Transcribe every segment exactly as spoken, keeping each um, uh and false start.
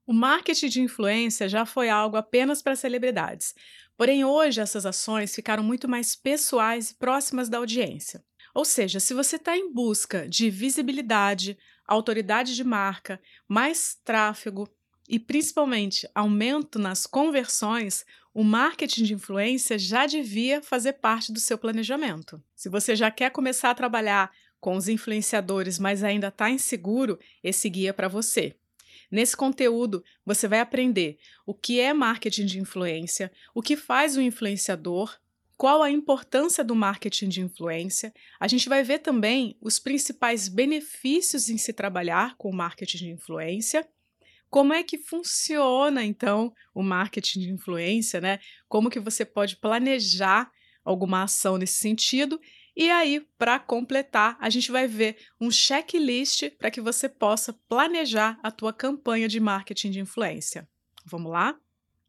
O marketing de influência já foi algo apenas para celebridades, porém hoje essas ações ficaram muito mais pessoais e próximas da audiência. Ou seja, se você está em busca de visibilidade, autoridade de marca, mais tráfego e principalmente aumento nas conversões, o marketing de influência já devia fazer parte do seu planejamento. Se você já quer começar a trabalhar com os influenciadores, mas ainda está inseguro, esse guia é para você. Nesse conteúdo, você vai aprender o que é marketing de influência, o que faz o influenciador, qual a importância do marketing de influência. A gente vai ver também os principais benefícios em se trabalhar com o marketing de influência, como é que funciona, então, o marketing de influência, né? Como que você pode planejar alguma ação nesse sentido. E aí, para completar, a gente vai ver um checklist para que você possa planejar a tua campanha de marketing de influência. Vamos lá?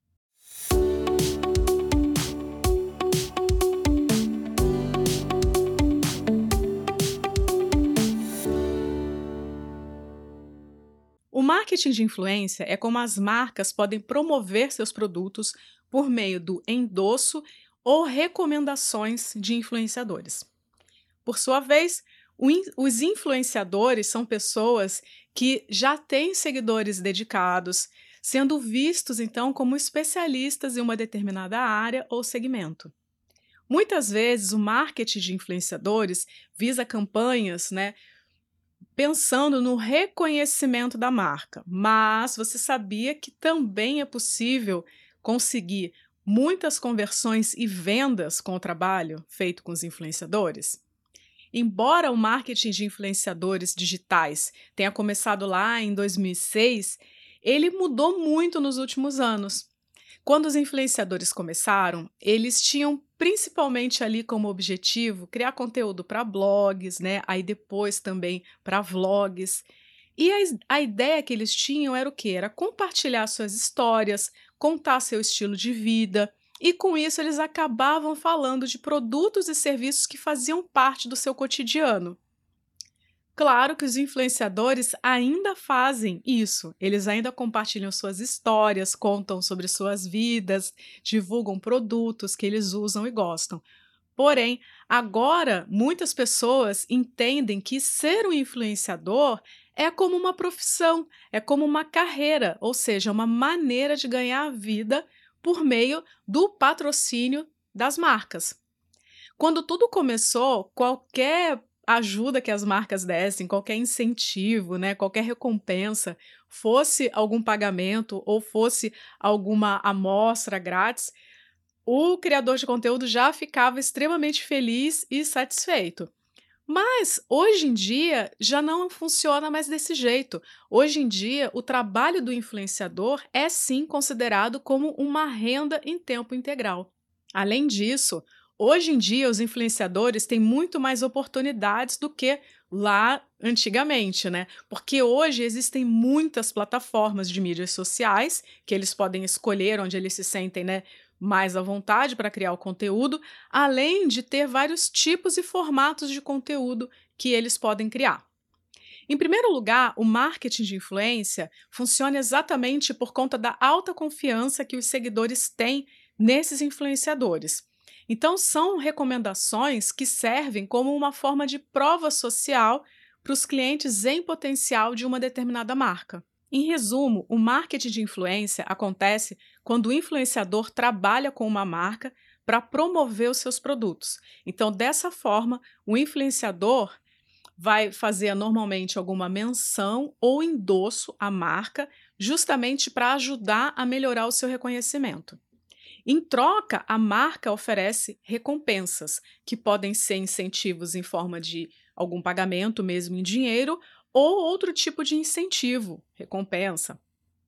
O marketing de influência é como as marcas podem promover seus produtos por meio do endosso ou recomendações de influenciadores. Por sua vez, in- os influenciadores são pessoas que já têm seguidores dedicados, sendo vistos então como especialistas em uma determinada área ou segmento. Muitas vezes, o marketing de influenciadores visa campanhas, né, pensando no reconhecimento da marca, mas você sabia que também é possível conseguir muitas conversões e vendas com o trabalho feito com os influenciadores? Embora o marketing de influenciadores digitais tenha começado lá em dois mil e seis, ele mudou muito nos últimos anos. Quando os influenciadores começaram, eles tinham principalmente ali como objetivo criar conteúdo para blogs, né? Aí depois também para vlogs. E a, is- a ideia que eles tinham era o quê? Era compartilhar suas histórias, contar seu estilo de vida, e com isso eles acabavam falando de produtos e serviços que faziam parte do seu cotidiano. Claro que os influenciadores ainda fazem isso, eles ainda compartilham suas histórias, contam sobre suas vidas, divulgam produtos que eles usam e gostam. Porém, agora muitas pessoas entendem que ser um influenciador é como uma profissão, é como uma carreira, ou seja, uma maneira de ganhar a vida por meio do patrocínio das marcas. Quando tudo começou, qualquer ajuda que as marcas dessem, qualquer incentivo, né, qualquer recompensa, fosse algum pagamento ou fosse alguma amostra grátis, o criador de conteúdo já ficava extremamente feliz e satisfeito. Mas hoje em dia já não funciona mais desse jeito. Hoje em dia, o trabalho do influenciador é sim considerado como uma renda em tempo integral. Além disso, hoje em dia os influenciadores têm muito mais oportunidades do que lá antigamente, né? Porque hoje existem muitas plataformas de mídias sociais que eles podem escolher onde eles se sentem, né, mais à vontade para criar o conteúdo, além de ter vários tipos e formatos de conteúdo que eles podem criar. Em primeiro lugar, o marketing de influência funciona exatamente por conta da alta confiança que os seguidores têm nesses influenciadores. Então, são recomendações que servem como uma forma de prova social para os clientes em potencial de uma determinada marca. Em resumo, o marketing de influência acontece quando o influenciador trabalha com uma marca para promover os seus produtos. Então, dessa forma, o influenciador vai fazer normalmente alguma menção ou endosso à marca, justamente para ajudar a melhorar o seu reconhecimento. Em troca, a marca oferece recompensas, que podem ser incentivos em forma de algum pagamento, mesmo em dinheiro, ou outro tipo de incentivo, recompensa.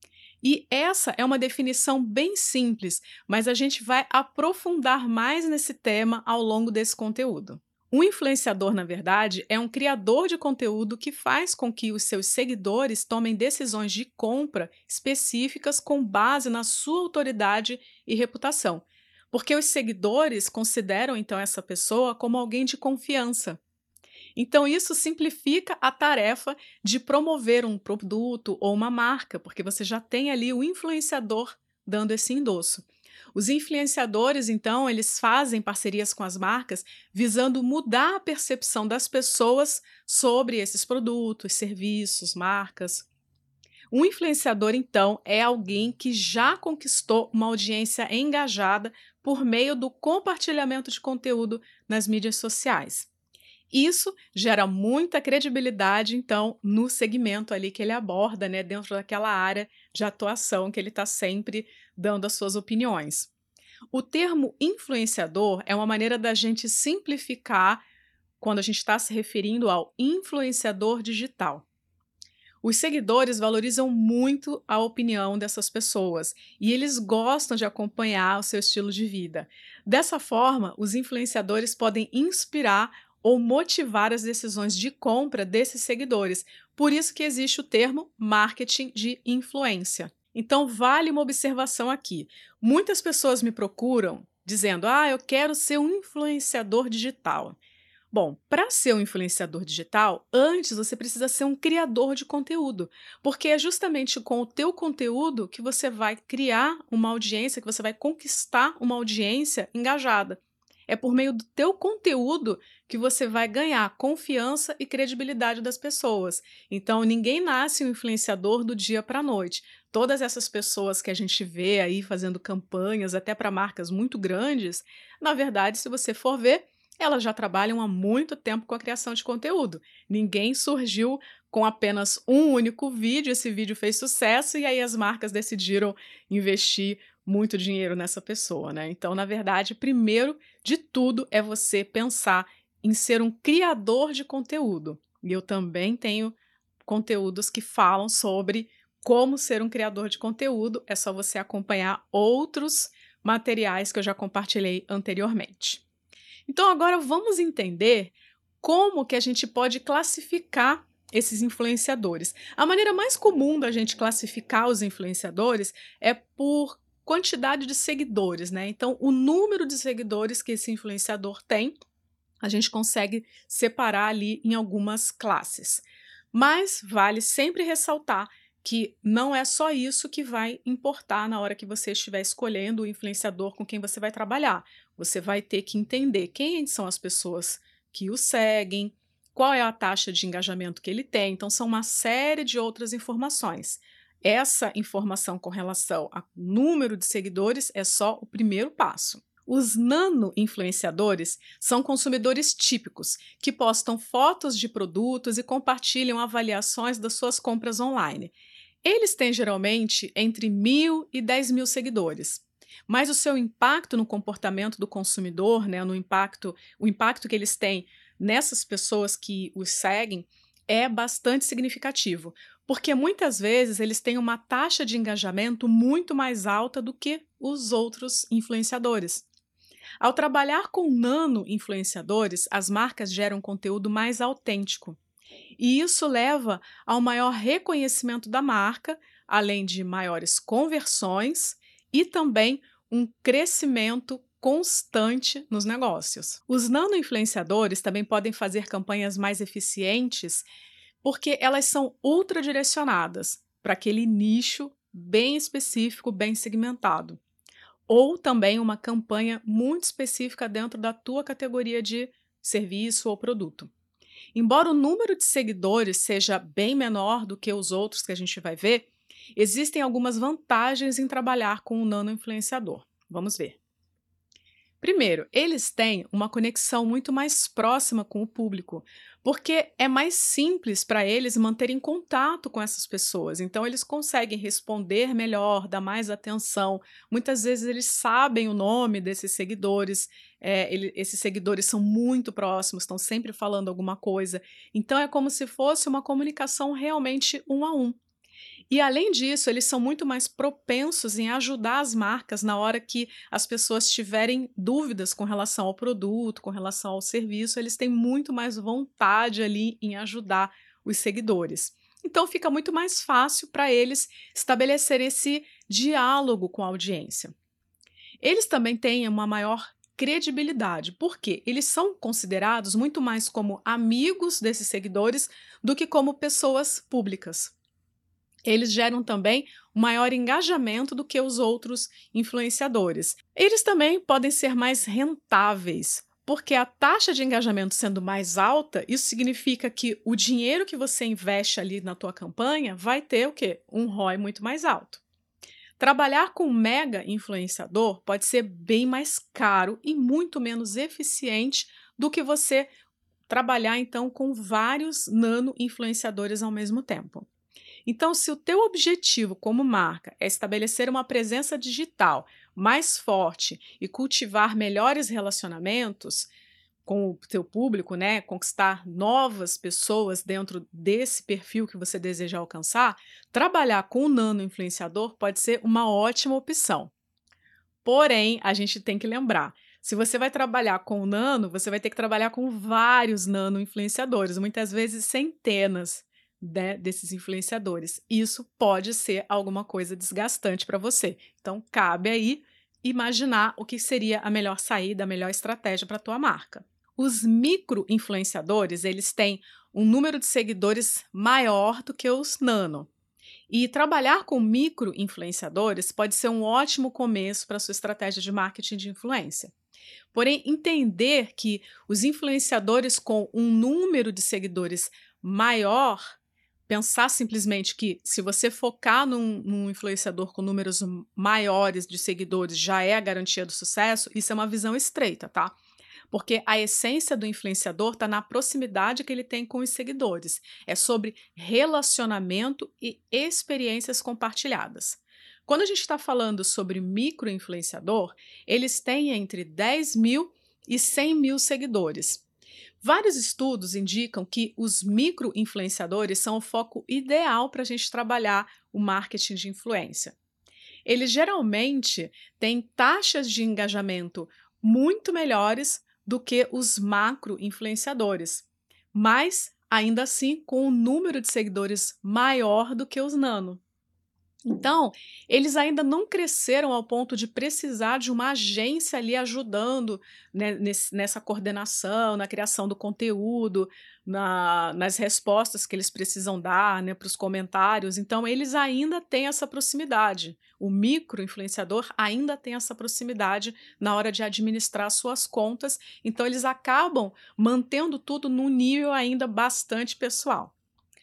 E essa é uma definição bem simples, mas a gente vai aprofundar mais nesse tema ao longo desse conteúdo. Um influenciador, na verdade, é um criador de conteúdo que faz com que os seus seguidores tomem decisões de compra específicas com base na sua autoridade e reputação, porque os seguidores consideram então essa pessoa como alguém de confiança. Então, isso simplifica a tarefa de promover um produto ou uma marca, porque você já tem ali o influenciador dando esse endosso. Os influenciadores, então, eles fazem parcerias com as marcas visando mudar a percepção das pessoas sobre esses produtos, serviços, marcas. Um influenciador, então, é alguém que já conquistou uma audiência engajada por meio do compartilhamento de conteúdo nas mídias sociais. Isso gera muita credibilidade, então, no segmento ali que ele aborda, né, dentro daquela área de atuação que ele está sempre dando as suas opiniões. O termo influenciador é uma maneira da gente simplificar quando a gente está se referindo ao influenciador digital. Os seguidores valorizam muito a opinião dessas pessoas e eles gostam de acompanhar o seu estilo de vida. Dessa forma, os influenciadores podem inspirar ou motivar as decisões de compra desses seguidores. Por isso que existe o termo marketing de influência. Então, vale uma observação aqui. Muitas pessoas me procuram dizendo: ah, eu quero ser um influenciador digital. Bom, para ser um influenciador digital, antes você precisa ser um criador de conteúdo, porque é justamente com o teu conteúdo que você vai criar uma audiência, que você vai conquistar uma audiência engajada. É por meio do teu conteúdo que você vai ganhar confiança e credibilidade das pessoas. Então, ninguém nasce um influenciador do dia para a noite. Todas essas pessoas que a gente vê aí fazendo campanhas, até para marcas muito grandes, na verdade, se você for ver, elas já trabalham há muito tempo com a criação de conteúdo. Ninguém surgiu com apenas um único vídeo, esse vídeo fez sucesso e aí as marcas decidiram investir muito dinheiro nessa pessoa, né? Então, na verdade, primeiro de tudo é você pensar em ser um criador de conteúdo. E eu também tenho conteúdos que falam sobre como ser um criador de conteúdo. É só você acompanhar outros materiais que eu já compartilhei anteriormente. Então, agora vamos entender como que a gente pode classificar esses influenciadores. A maneira mais comum da gente classificar os influenciadores é por quantidade de seguidores, né? Então, o número de seguidores que esse influenciador tem, a gente consegue separar ali em algumas classes. Mas vale sempre ressaltar que não é só isso que vai importar na hora que você estiver escolhendo o influenciador com quem você vai trabalhar. Você vai ter que entender quem são as pessoas que o seguem, qual é a taxa de engajamento que ele tem. Então, são uma série de outras informações. Essa informação com relação ao número de seguidores é só o primeiro passo. Os nano-influenciadores são consumidores típicos que postam fotos de produtos e compartilham avaliações das suas compras online. Eles têm geralmente entre mil e dez mil seguidores, mas o seu impacto no comportamento do consumidor, né, no impacto, o impacto que eles têm nessas pessoas que os seguem é bastante significativo, porque muitas vezes eles têm uma taxa de engajamento muito mais alta do que os outros influenciadores. Ao trabalhar com nano-influenciadores, as marcas geram conteúdo mais autêntico. E isso leva ao maior reconhecimento da marca, além de maiores conversões e também um crescimento constante nos negócios. Os nano-influenciadores também podem fazer campanhas mais eficientes porque elas são ultradirecionadas para aquele nicho bem específico, bem segmentado. Ou também uma campanha muito específica dentro da tua categoria de serviço ou produto. Embora o número de seguidores seja bem menor do que os outros que a gente vai ver, existem algumas vantagens em trabalhar com um nano-influenciador. Vamos ver. Primeiro, eles têm uma conexão muito mais próxima com o público, porque é mais simples para eles manterem contato com essas pessoas. Então, eles conseguem responder melhor, dar mais atenção. Muitas vezes, eles sabem o nome desses seguidores, é, ele, esses seguidores são muito próximos, estão sempre falando alguma coisa. Então, é como se fosse uma comunicação realmente um a um. E, além disso, eles são muito mais propensos em ajudar as marcas na hora que as pessoas tiverem dúvidas com relação ao produto, com relação ao serviço, eles têm muito mais vontade ali em ajudar os seguidores. Então, fica muito mais fácil para eles estabelecer esse diálogo com a audiência. Eles também têm uma maior credibilidade. Por quê? Eles são considerados muito mais como amigos desses seguidores do que como pessoas públicas. Eles geram também um maior engajamento do que os outros influenciadores. Eles também podem ser mais rentáveis, porque a taxa de engajamento sendo mais alta, isso significa que o dinheiro que você investe ali na tua campanha vai ter o quê? Um R O I muito mais alto. Trabalhar com um mega influenciador pode ser bem mais caro e muito menos eficiente do que você trabalhar então com vários nano influenciadores ao mesmo tempo. Então, se o teu objetivo como marca é estabelecer uma presença digital mais forte e cultivar melhores relacionamentos com o teu público, né, conquistar novas pessoas dentro desse perfil que você deseja alcançar, trabalhar com um nano influenciador pode ser uma ótima opção. Porém, a gente tem que lembrar, se você vai trabalhar com o nano, você vai ter que trabalhar com vários nano influenciadores, muitas vezes centenas, né, desses influenciadores. Isso pode ser alguma coisa desgastante para você. Então, cabe aí imaginar o que seria a melhor saída, a melhor estratégia para a tua marca. Os micro-influenciadores, eles têm um número de seguidores maior do que os nano. E trabalhar com micro-influenciadores pode ser um ótimo começo para a sua estratégia de marketing de influência. Porém, entender que os influenciadores com um número de seguidores maior, pensar simplesmente que se você focar num, num influenciador com números maiores de seguidores já é a garantia do sucesso, isso é uma visão estreita, tá? Porque a essência do influenciador está na proximidade que ele tem com os seguidores. É sobre relacionamento e experiências compartilhadas. Quando a gente está falando sobre micro-influenciador, eles têm entre dez mil e cem mil seguidores. Vários estudos indicam que os micro-influenciadores são o foco ideal para a gente trabalhar o marketing de influência. Eles geralmente têm taxas de engajamento muito melhores do que os macro-influenciadores, mas ainda assim com um número de seguidores maior do que os nano. Então, eles ainda não cresceram ao ponto de precisar de uma agência ali ajudando, né, nesse, nessa coordenação, na criação do conteúdo, na, nas respostas que eles precisam dar, né, para os comentários. Então, eles ainda têm essa proximidade. O micro-influenciador ainda tem essa proximidade na hora de administrar suas contas. Então, eles acabam mantendo tudo num nível ainda bastante pessoal.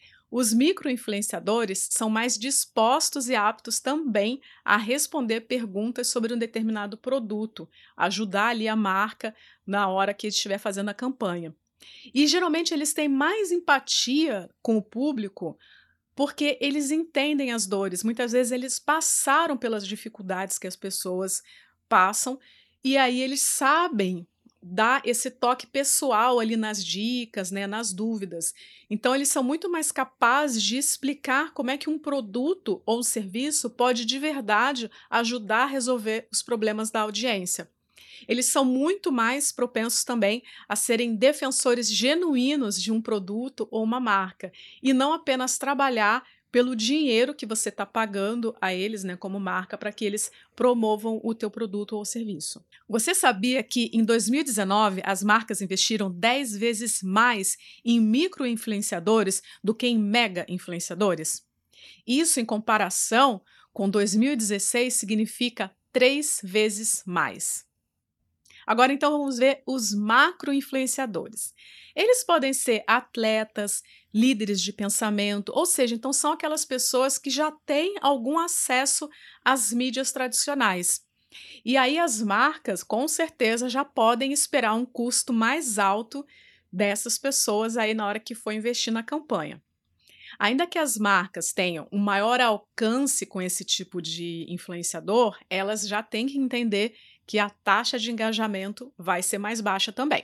Os micro-influenciadores são mais dispostos e aptos também a responder perguntas sobre um determinado produto, ajudar ali a marca na hora que estiver fazendo a campanha. E geralmente eles têm mais empatia com o público porque eles entendem as dores. Muitas vezes eles passaram pelas dificuldades que as pessoas passam e aí eles sabem dar esse toque pessoal ali nas dicas, né, nas dúvidas. Então, eles são muito mais capazes de explicar como é que um produto ou um serviço pode de verdade ajudar a resolver os problemas da audiência. Eles são muito mais propensos também a serem defensores genuínos de um produto ou uma marca e não apenas trabalhar pelo dinheiro que você está pagando a eles, né, como marca, para que eles promovam o teu produto ou serviço. Você sabia que em dois mil e dezenove as marcas investiram dez vezes mais em micro-influenciadores do que em mega-influenciadores? Isso, em comparação com dois mil e dezesseis, significa três vezes mais. Agora, então, vamos ver os macro-influenciadores. Eles podem ser atletas, líderes de pensamento, ou seja, então são aquelas pessoas que já têm algum acesso às mídias tradicionais. E aí as marcas, com certeza, já podem esperar um custo mais alto dessas pessoas aí na hora que for investir na campanha. Ainda que as marcas tenham um maior alcance com esse tipo de influenciador, elas já têm que entender que a taxa de engajamento vai ser mais baixa também.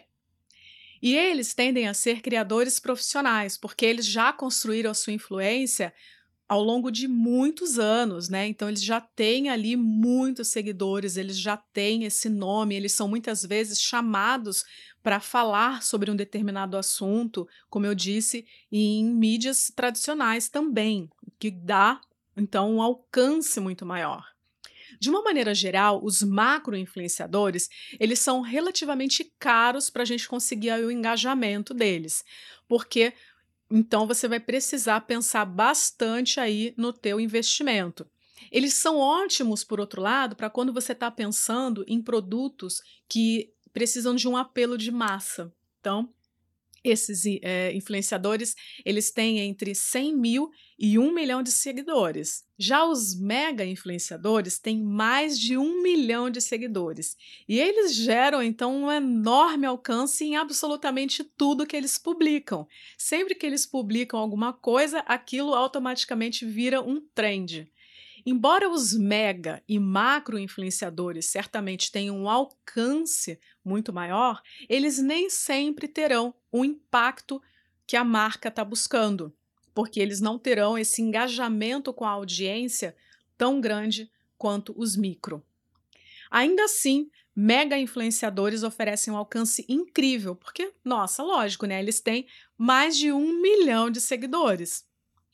E eles tendem a ser criadores profissionais, porque eles já construíram a sua influência ao longo de muitos anos, né? Então eles já têm ali muitos seguidores, eles já têm esse nome, eles são muitas vezes chamados para falar sobre um determinado assunto, como eu disse, em mídias tradicionais também, que dá então um alcance muito maior. De uma maneira geral, os macro-influenciadores, eles são relativamente caros para a gente conseguir aí o engajamento deles, porque então você vai precisar pensar bastante aí no teu investimento. Eles são ótimos, por outro lado, para quando você está pensando em produtos que precisam de um apelo de massa. Então, esses i eh, influenciadores, eles têm entre cem mil e um milhão de seguidores. Já os mega influenciadores têm mais de um milhão de seguidores. E eles geram, então, um enorme alcance em absolutamente tudo que eles publicam. Sempre que eles publicam alguma coisa, aquilo automaticamente vira um trend. Embora os mega e macro influenciadores certamente tenham um alcance muito maior, eles nem sempre terão o impacto que a marca está buscando, porque eles não terão esse engajamento com a audiência tão grande quanto os micro. Ainda assim, mega influenciadores oferecem um alcance incrível, porque, nossa, lógico, né? Eles têm mais de um milhão de seguidores.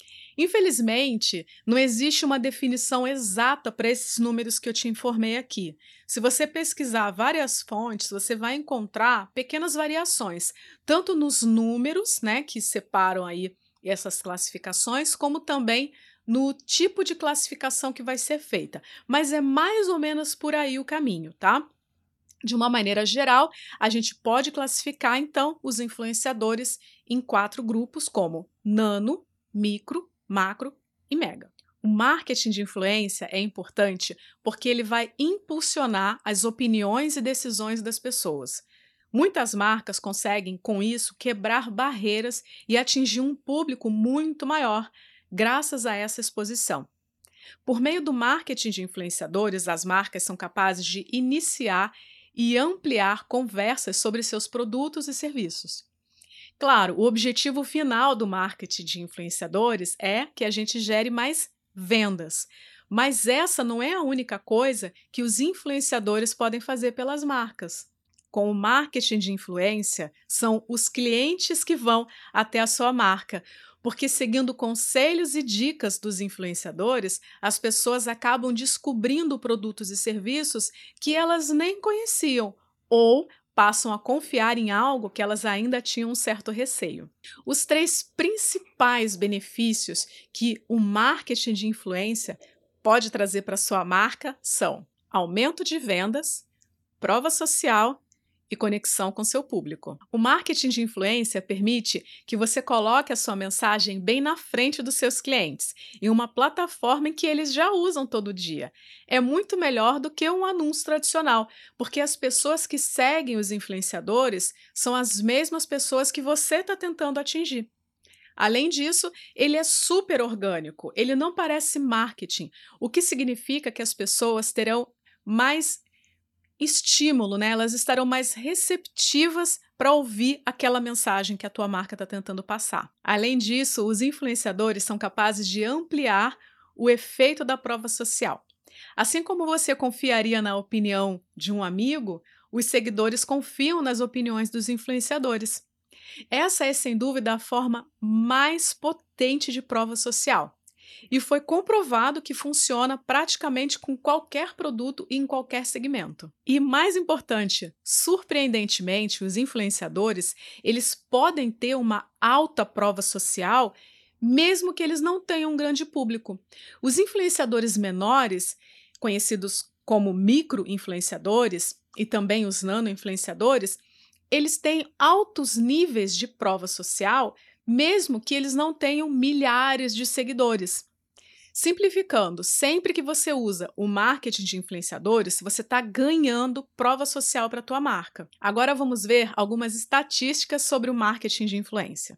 Infelizmente, não existe uma definição exata para esses números que eu te informei aqui. Se você pesquisar várias fontes, você vai encontrar pequenas variações, tanto nos números, né, que separam aí essas classificações, como também no tipo de classificação que vai ser feita. Mas é mais ou menos por aí o caminho, tá? De uma maneira geral, a gente pode classificar, então, os influenciadores em quatro grupos, como nano, micro, macro e mega. O marketing de influência é importante porque ele vai impulsionar as opiniões e decisões das pessoas. Muitas marcas conseguem, com isso, quebrar barreiras e atingir um público muito maior, graças a essa exposição. Por meio do marketing de influenciadores, as marcas são capazes de iniciar e ampliar conversas sobre seus produtos e serviços. Claro, o objetivo final do marketing de influenciadores é que a gente gere mais vendas, mas essa não é a única coisa que os influenciadores podem fazer pelas marcas. Com o marketing de influência, são os clientes que vão até a sua marca, porque seguindo conselhos e dicas dos influenciadores, as pessoas acabam descobrindo produtos e serviços que elas nem conheciam ou passam a confiar em algo que elas ainda tinham um certo receio. Os três principais benefícios que o marketing de influência pode trazer para sua marca são aumento de vendas, prova social e conexão com seu público. O marketing de influência permite que você coloque a sua mensagem bem na frente dos seus clientes, em uma plataforma em que eles já usam todo dia. É muito melhor do que um anúncio tradicional, porque as pessoas que seguem os influenciadores são as mesmas pessoas que você está tentando atingir. Além disso, ele é super orgânico, ele não parece marketing, o que significa que as pessoas terão mais estímulo, né? Elas estarão mais receptivas para ouvir aquela mensagem que a tua marca está tentando passar. Além disso, os influenciadores são capazes de ampliar o efeito da prova social. Assim como você confiaria na opinião de um amigo, os seguidores confiam nas opiniões dos influenciadores. Essa é, sem dúvida, a forma mais potente de prova social. E foi comprovado que funciona praticamente com qualquer produto e em qualquer segmento. E mais importante, surpreendentemente, os influenciadores, eles podem ter uma alta prova social, mesmo que eles não tenham um grande público. Os influenciadores menores, conhecidos como micro-influenciadores, e também os nano-influenciadores, eles têm altos níveis de prova social, mesmo que eles não tenham milhares de seguidores. Simplificando, sempre que você usa o marketing de influenciadores, você está ganhando prova social para a tua marca. Agora vamos ver algumas estatísticas sobre o marketing de influência.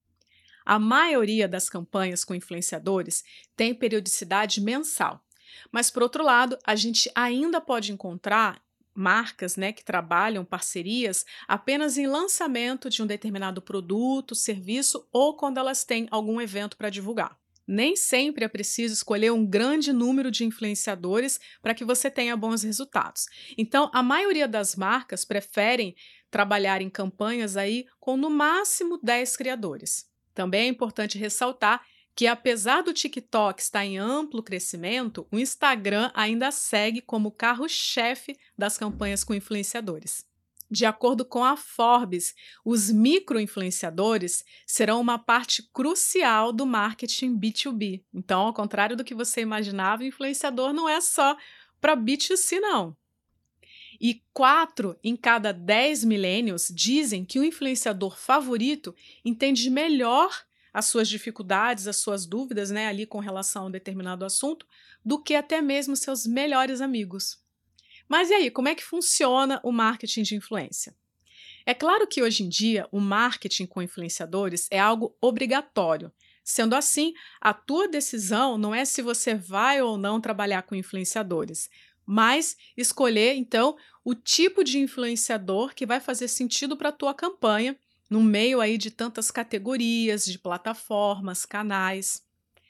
A maioria das campanhas com influenciadores tem periodicidade mensal, mas por outro lado, a gente ainda pode encontrar marcas, né, que trabalham parcerias apenas em lançamento de um determinado produto, serviço ou quando elas têm algum evento para divulgar. Nem sempre é preciso escolher um grande número de influenciadores para que você tenha bons resultados. Então, a maioria das marcas preferem trabalhar em campanhas aí com no máximo dez criadores. Também é importante ressaltar que apesar do TikTok estar em amplo crescimento, o Instagram ainda segue como carro-chefe das campanhas com influenciadores. De acordo com a Forbes, os micro-influenciadores serão uma parte crucial do marketing B dois B. Então, ao contrário do que você imaginava, o influenciador não é só para B dois C, não. E quatro em cada dez millennials dizem que o influenciador favorito entende melhor as suas dificuldades, as suas dúvidas, né, ali com relação a um determinado assunto, do que até mesmo seus melhores amigos. Mas e aí, como é que funciona o marketing de influência? É claro que hoje em dia o marketing com influenciadores é algo obrigatório. Sendo assim, a tua decisão não é se você vai ou não trabalhar com influenciadores, mas escolher então o tipo de influenciador que vai fazer sentido para a tua campanha, no meio aí de tantas categorias, de plataformas, canais.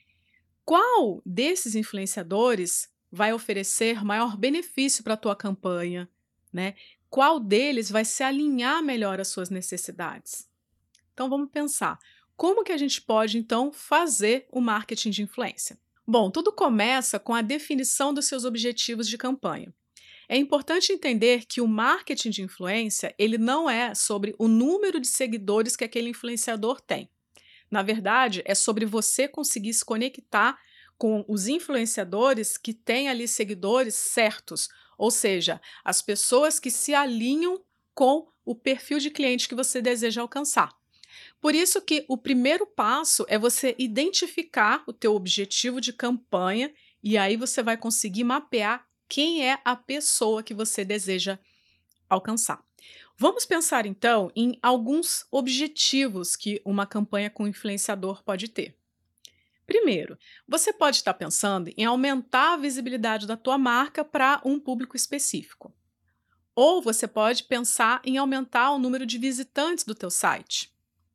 Qual desses influenciadores vai oferecer maior benefício para a tua campanha, né? Qual deles vai se alinhar melhor às suas necessidades? Então vamos pensar, como que a gente pode então fazer o marketing de influência? Bom, tudo começa com a definição dos seus objetivos de campanha. É importante entender que o marketing de influência, ele não é sobre o número de seguidores que aquele influenciador tem. Na verdade, é sobre você conseguir se conectar com os influenciadores que têm ali seguidores certos, ou seja, as pessoas que se alinham com o perfil de cliente que você deseja alcançar. Por isso que o primeiro passo é você identificar o teu objetivo de campanha e aí você vai conseguir mapear quem é a pessoa que você deseja alcançar. Vamos pensar então em alguns objetivos que uma campanha com influenciador pode ter. Primeiro, você pode estar pensando em aumentar a visibilidade da tua marca para um público específico. Ou você pode pensar em aumentar o número de visitantes do teu site.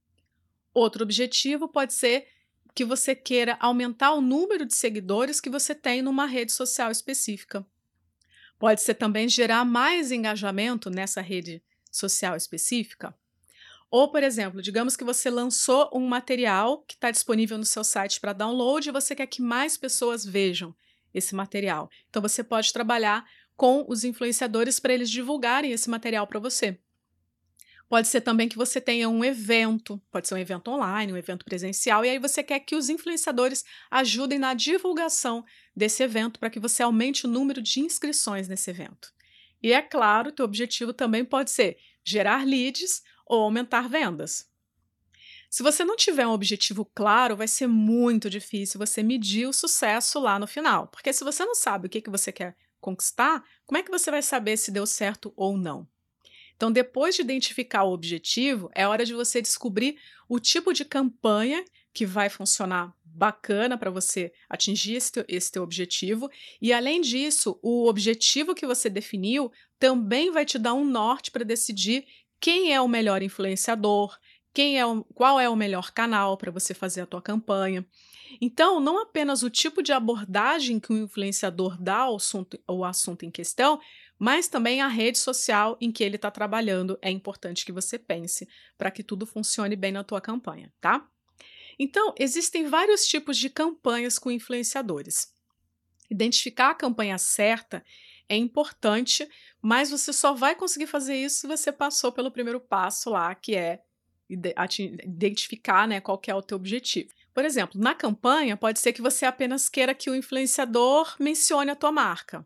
Outro objetivo pode ser que você queira aumentar o número de seguidores que você tem numa rede social específica. Pode ser também gerar mais engajamento nessa rede social específica. Ou, por exemplo, digamos que você lançou um material que está disponível no seu site para download e você quer que mais pessoas vejam esse material. Então, você pode trabalhar com os influenciadores para eles divulgarem esse material para você. Pode ser também que você tenha um evento, pode ser um evento online, um evento presencial, e aí você quer que os influenciadores ajudem na divulgação desse evento para que você aumente o número de inscrições nesse evento. E é claro, teu objetivo também pode ser gerar leads ou aumentar vendas. Se você não tiver um objetivo claro, vai ser muito difícil você medir o sucesso lá no final, porque se você não sabe o que, que você quer conquistar, como é que você vai saber se deu certo ou não? Então, depois de identificar o objetivo, é hora de você descobrir o tipo de campanha que vai funcionar bacana para você atingir esse teu, esse teu objetivo. E, além disso, o objetivo que você definiu também vai te dar um norte para decidir quem é o melhor influenciador, quem é o, qual é o melhor canal para você fazer a tua campanha. Então, não apenas o tipo de abordagem que o influenciador dá ao assunto, ao assunto em questão, mas também a rede social em que ele está trabalhando é importante que você pense para que tudo funcione bem na tua campanha, tá? Então, existem vários tipos de campanhas com influenciadores. Identificar a campanha certa é importante, mas você só vai conseguir fazer isso se você passou pelo primeiro passo lá, que é identificar, né, qual que é o teu objetivo. Por exemplo, na campanha pode ser que você apenas queira que o influenciador mencione a tua marca.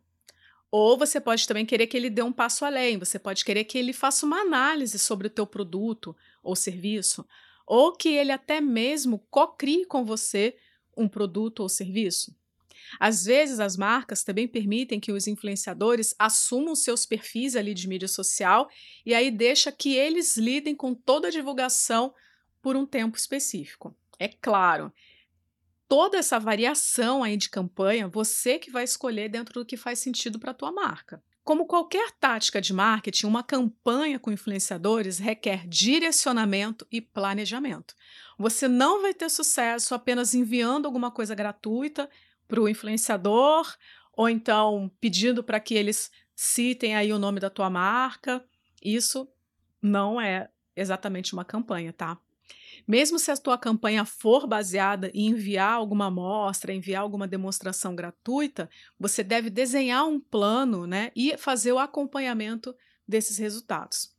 Ou você pode também querer que ele dê um passo além, você pode querer que ele faça uma análise sobre o teu produto ou serviço, ou que ele até mesmo co-crie com você um produto ou serviço. Às vezes, as marcas também permitem que os influenciadores assumam seus perfis ali de mídia social e aí deixa que eles lidem com toda a divulgação por um tempo específico. É claro, toda essa variação aí de campanha, você que vai escolher dentro do que faz sentido para a tua marca. Como qualquer tática de marketing, uma campanha com influenciadores requer direcionamento e planejamento. Você não vai ter sucesso apenas enviando alguma coisa gratuita para o influenciador, ou então pedindo para que eles citem aí o nome da tua marca. Isso não é exatamente uma campanha, tá? Mesmo se a tua campanha for baseada em enviar alguma amostra, enviar alguma demonstração gratuita, você deve desenhar um plano, né, e fazer o acompanhamento desses resultados.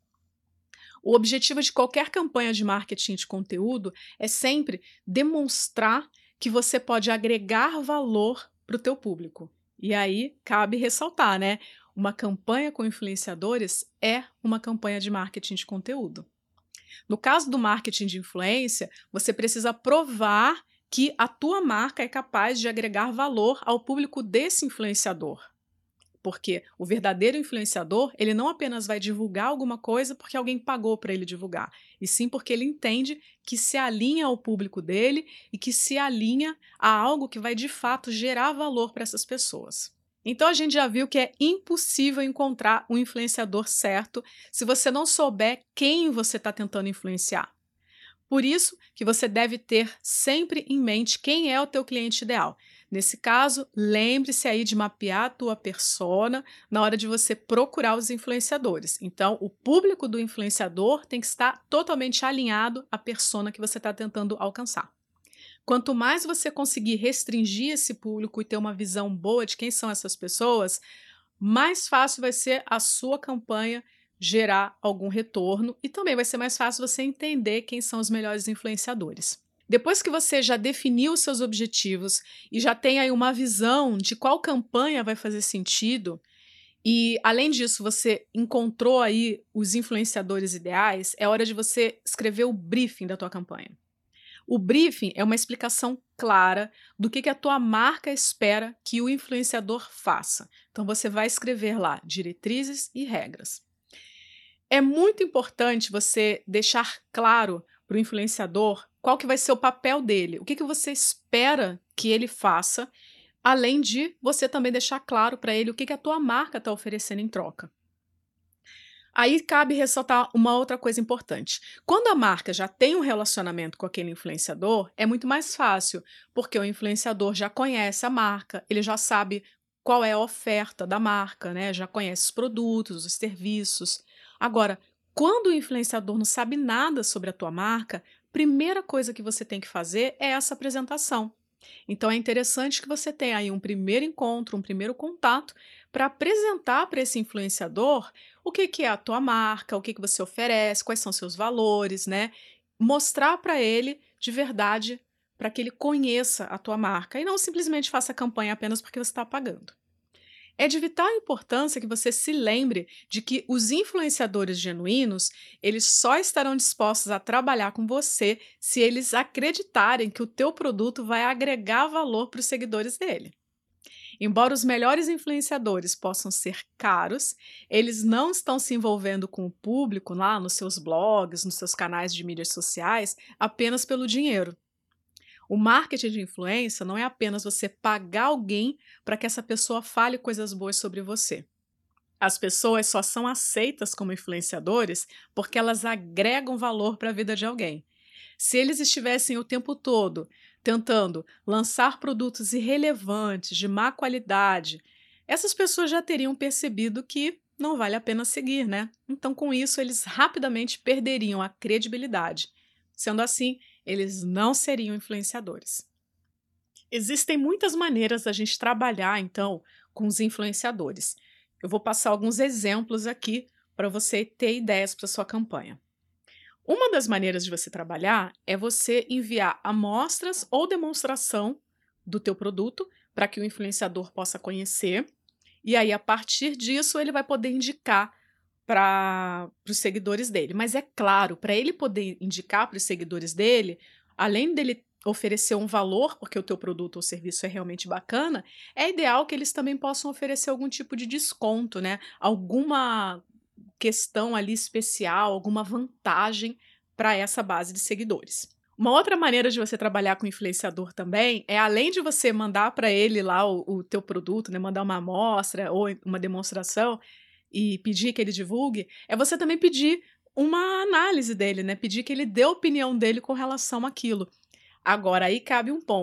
O objetivo de qualquer campanha de marketing de conteúdo é sempre demonstrar que você pode agregar valor para o teu público. E aí cabe ressaltar, né? Uma campanha com influenciadores é uma campanha de marketing de conteúdo. No caso do marketing de influência, você precisa provar que a tua marca é capaz de agregar valor ao público desse influenciador. Porque o verdadeiro influenciador, ele não apenas vai divulgar alguma coisa porque alguém pagou para ele divulgar, e sim porque ele entende que se alinha ao público dele e que se alinha a algo que vai de fato gerar valor para essas pessoas. Então a gente já viu que é impossível encontrar um influenciador certo se você não souber quem você está tentando influenciar. Por isso que você deve ter sempre em mente quem é o teu cliente ideal. Nesse caso, lembre-se aí de mapear a tua persona na hora de você procurar os influenciadores. Então, o público do influenciador tem que estar totalmente alinhado à persona que você está tentando alcançar. Quanto mais você conseguir restringir esse público e ter uma visão boa de quem são essas pessoas, mais fácil vai ser a sua campanha gerar algum retorno e também vai ser mais fácil você entender quem são os melhores influenciadores. Depois que você já definiu os seus objetivos e já tem aí uma visão de qual campanha vai fazer sentido, e além disso você encontrou aí os influenciadores ideais, é hora de você escrever o briefing da tua campanha. O briefing é uma explicação clara do que, que a tua marca espera que o influenciador faça. Então você vai escrever lá diretrizes e regras. É muito importante você deixar claro para o influenciador qual que vai ser o papel dele, o que, que você espera que ele faça, além de você também deixar claro para ele o que, que a tua marca está oferecendo em troca. Aí cabe ressaltar uma outra coisa importante. Quando a marca já tem um relacionamento com aquele influenciador, é muito mais fácil, porque o influenciador já conhece a marca, ele já sabe qual é a oferta da marca, né? Já conhece os produtos, os serviços. Agora, quando o influenciador não sabe nada sobre a tua marca, a primeira coisa que você tem que fazer é essa apresentação. Então é interessante que você tenha aí um primeiro encontro, um primeiro contato, para apresentar para esse influenciador o que, que é a tua marca, o que, que você oferece, quais são seus valores, né? Mostrar para ele de verdade, para que ele conheça a tua marca e não simplesmente faça campanha apenas porque você está pagando. É de vital importância que você se lembre de que os influenciadores genuínos, eles só estarão dispostos a trabalhar com você se eles acreditarem que o teu produto vai agregar valor para os seguidores dele. Embora os melhores influenciadores possam ser caros, eles não estão se envolvendo com o público lá nos seus blogs, nos seus canais de mídias sociais, apenas pelo dinheiro. O marketing de influência não é apenas você pagar alguém para que essa pessoa fale coisas boas sobre você. As pessoas só são aceitas como influenciadores porque elas agregam valor para a vida de alguém. Se eles estivessem o tempo todo tentando lançar produtos irrelevantes, de má qualidade, essas pessoas já teriam percebido que não vale a pena seguir, né? Então, com isso, eles rapidamente perderiam a credibilidade. Sendo assim, eles não seriam influenciadores. Existem muitas maneiras da gente trabalhar, então, com os influenciadores. Eu vou passar alguns exemplos aqui para você ter ideias para sua campanha. Uma das maneiras de você trabalhar é você enviar amostras ou demonstração do teu produto para que o influenciador possa conhecer, e aí, a partir disso, ele vai poder indicar para os seguidores dele. Mas é claro, para ele poder indicar para os seguidores dele, além dele oferecer um valor, porque o teu produto ou serviço é realmente bacana, é ideal que eles também possam oferecer algum tipo de desconto, né? Alguma questão ali especial, alguma vantagem para essa base de seguidores. Uma outra maneira de você trabalhar com influenciador também é, além de você mandar para ele lá o, o teu produto, né, mandar uma amostra ou uma demonstração e pedir que ele divulgue, é você também pedir uma análise dele, né? Pedir que ele dê a opinião dele com relação àquilo. Agora, aí cabe um ponto.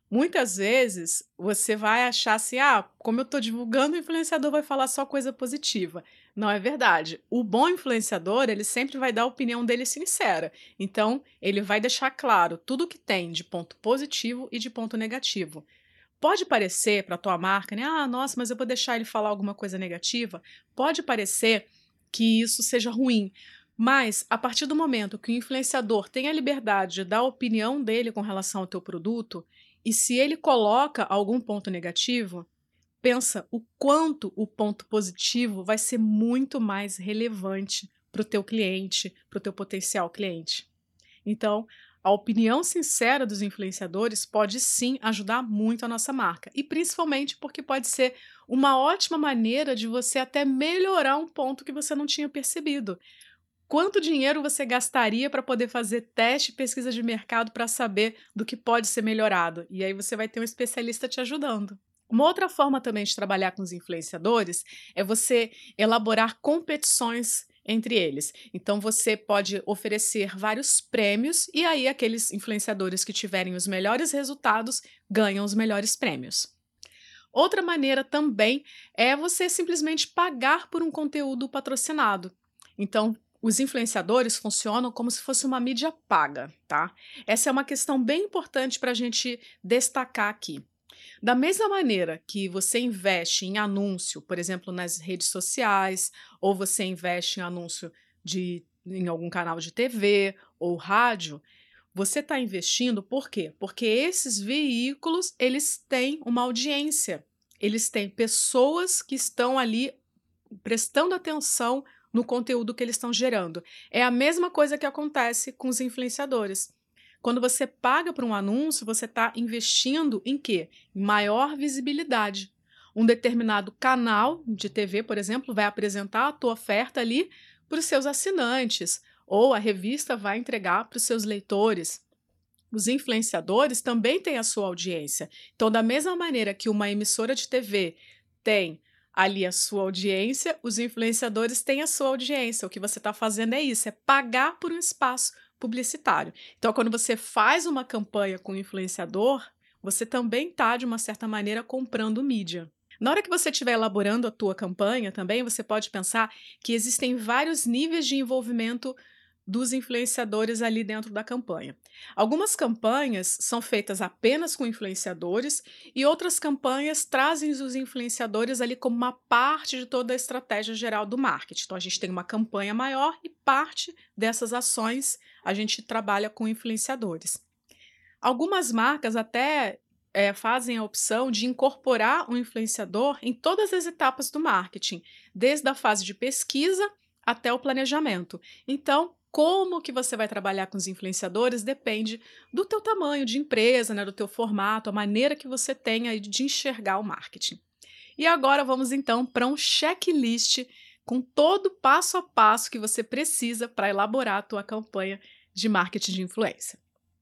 Muitas vezes você vai achar assim: "Ah, como eu estou divulgando, o influenciador vai falar só coisa positiva". Não é verdade. O bom influenciador, ele sempre vai dar a opinião dele sincera. Então, ele vai deixar claro tudo o que tem de ponto positivo e de ponto negativo. Pode parecer para a tua marca, né: "Ah, nossa, mas eu vou deixar ele falar alguma coisa negativa". Pode parecer que isso seja ruim, mas a partir do momento que o influenciador tem a liberdade de dar a opinião dele com relação ao teu produto, e se ele coloca algum ponto negativo, pensa o quanto o ponto positivo vai ser muito mais relevante para o teu cliente, para o teu potencial cliente. Então, a opinião sincera dos influenciadores pode sim ajudar muito a nossa marca, e principalmente porque pode ser uma ótima maneira de você até melhorar um ponto que você não tinha percebido. Quanto dinheiro você gastaria para poder fazer teste e pesquisa de mercado para saber do que pode ser melhorado? E aí você vai ter um especialista te ajudando. Uma outra forma também de trabalhar com os influenciadores é você elaborar competições entre eles. Então você pode oferecer vários prêmios e aí aqueles influenciadores que tiverem os melhores resultados ganham os melhores prêmios. Outra maneira também é você simplesmente pagar por um conteúdo patrocinado. Então, os influenciadores funcionam como se fosse uma mídia paga, tá? Essa é uma questão bem importante para a gente destacar aqui. Da mesma maneira que você investe em anúncio, por exemplo, nas redes sociais, ou você investe em anúncio de, em algum canal de T V ou rádio, você está investindo por quê? Porque esses veículos, eles têm uma audiência, eles têm pessoas que estão ali prestando atenção no conteúdo que eles estão gerando. É a mesma coisa que acontece com os influenciadores. Quando você paga por um anúncio, você está investindo em quê? Em maior visibilidade. Um determinado canal de T V, por exemplo, vai apresentar a tua oferta ali para os seus assinantes, ou a revista vai entregar para os seus leitores. Os influenciadores também têm a sua audiência. Então, da mesma maneira que uma emissora de T V tem ali a sua audiência, os influenciadores têm a sua audiência. O que você está fazendo é isso, é pagar por um espaço publicitário. Então, quando você faz uma campanha com um influenciador, você também está, de uma certa maneira, comprando mídia. Na hora que você estiver elaborando a tua campanha também, você pode pensar que existem vários níveis de envolvimento dos influenciadores ali dentro da campanha. Algumas campanhas são feitas apenas com influenciadores e outras campanhas trazem os influenciadores ali como uma parte de toda a estratégia geral do marketing. Então a gente tem uma campanha maior e parte dessas ações a gente trabalha com influenciadores. Algumas marcas até é, fazem a opção de incorporar o influenciador em todas as etapas do marketing, desde a fase de pesquisa até o planejamento. Então, como que você vai trabalhar com os influenciadores depende do teu tamanho de empresa, né, do teu formato, a maneira que você tem aí de enxergar o marketing. E agora vamos então para um checklist com todo o passo a passo que você precisa para elaborar a tua campanha de marketing de influência.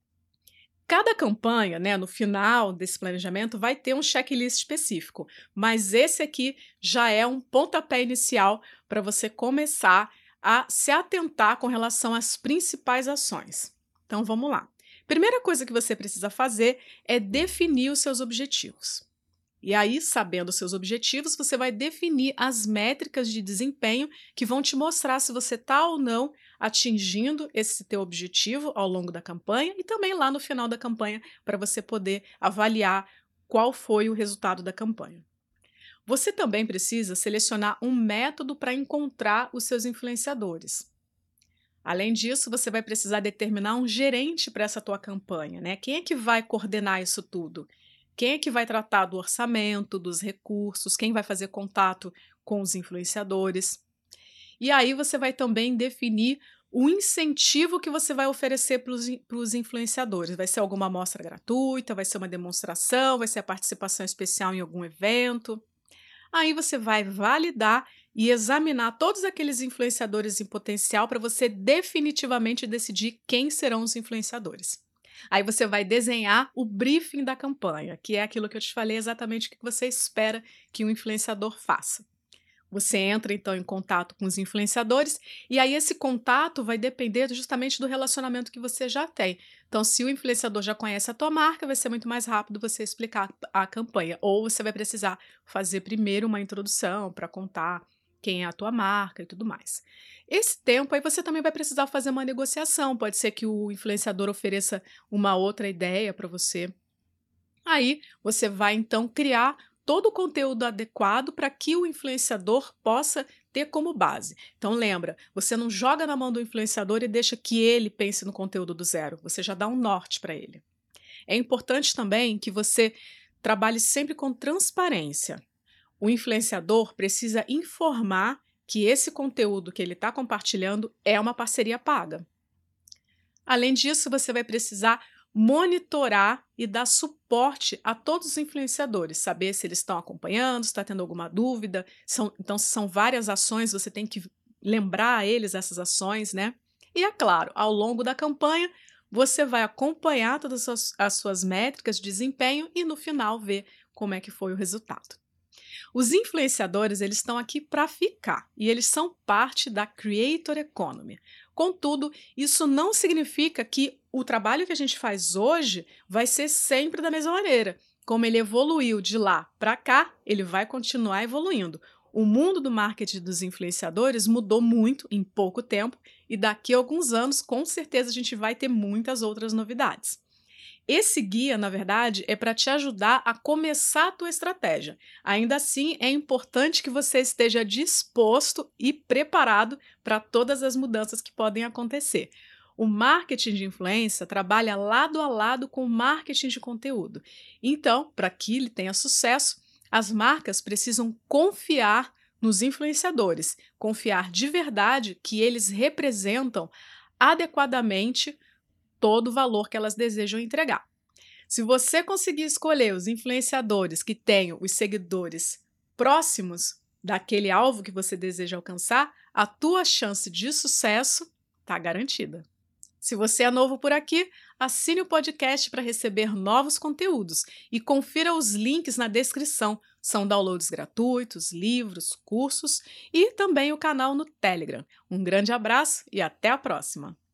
Cada campanha, né, no final desse planejamento, vai ter um checklist específico, mas esse aqui já é um pontapé inicial para você começar a se atentar com relação às principais ações. Então vamos lá. Primeira coisa que você precisa fazer é definir os seus objetivos. E aí, sabendo os seus objetivos, você vai definir as métricas de desempenho que vão te mostrar se você está ou não atingindo esse teu objetivo ao longo da campanha e também lá no final da campanha para você poder avaliar qual foi o resultado da campanha. Você também precisa selecionar um método para encontrar os seus influenciadores. Além disso, você vai precisar determinar um gerente para essa tua campanha, né? Quem é que vai coordenar isso tudo? Quem é que vai tratar do orçamento, dos recursos, quem vai fazer contato com os influenciadores? E aí você vai também definir o incentivo que você vai oferecer para os influenciadores. Vai ser alguma amostra gratuita, vai ser uma demonstração, vai ser a participação especial em algum evento. Aí você vai validar e examinar todos aqueles influenciadores em potencial para você definitivamente decidir quem serão os influenciadores. Aí você vai desenhar o briefing da campanha, que é aquilo que eu te falei exatamente o que você espera que um influenciador faça. Você entra então em contato com os influenciadores e aí esse contato vai depender justamente do relacionamento que você já tem. Então, se o influenciador já conhece a tua marca, vai ser muito mais rápido você explicar a campanha, ou você vai precisar fazer primeiro uma introdução para contar quem é a tua marca e tudo mais. Esse tempo aí você também vai precisar fazer uma negociação, pode ser que o influenciador ofereça uma outra ideia para você. Aí você vai então criar todo o conteúdo adequado para que o influenciador possa ter como base. Então lembra, você não joga na mão do influenciador e deixa que ele pense no conteúdo do zero, você já dá um norte para ele. É importante também que você trabalhe sempre com transparência. O influenciador precisa informar que esse conteúdo que ele está compartilhando é uma parceria paga. Além disso, você vai precisar monitorar e dar suporte a todos os influenciadores, saber se eles estão acompanhando, se está tendo alguma dúvida. São, então, se são várias ações, você tem que lembrar a eles essas ações, né? E é claro, ao longo da campanha, você vai acompanhar todas as, as suas métricas de desempenho e no final ver como é que foi o resultado. Os influenciadores, eles estão aqui para ficar e eles são parte da Creator Economy. Contudo, isso não significa que o trabalho que a gente faz hoje vai ser sempre da mesma maneira. Como ele evoluiu de lá para cá, ele vai continuar evoluindo. O mundo do marketing dos influenciadores mudou muito em pouco tempo e daqui a alguns anos, com certeza, a gente vai ter muitas outras novidades. Esse guia, na verdade, é para te ajudar a começar a tua estratégia. Ainda assim, é importante que você esteja disposto e preparado para todas as mudanças que podem acontecer. O marketing de influência trabalha lado a lado com o marketing de conteúdo. Então, para que ele tenha sucesso, as marcas precisam confiar nos influenciadores, confiar de verdade que eles representam adequadamente todo o valor que elas desejam entregar. Se você conseguir escolher os influenciadores que tenham os seguidores próximos daquele alvo que você deseja alcançar, a tua chance de sucesso está garantida. Se você é novo por aqui, assine o podcast para receber novos conteúdos e confira os links na descrição. São downloads gratuitos, livros, cursos e também o canal no Telegram. Um grande abraço e até a próxima!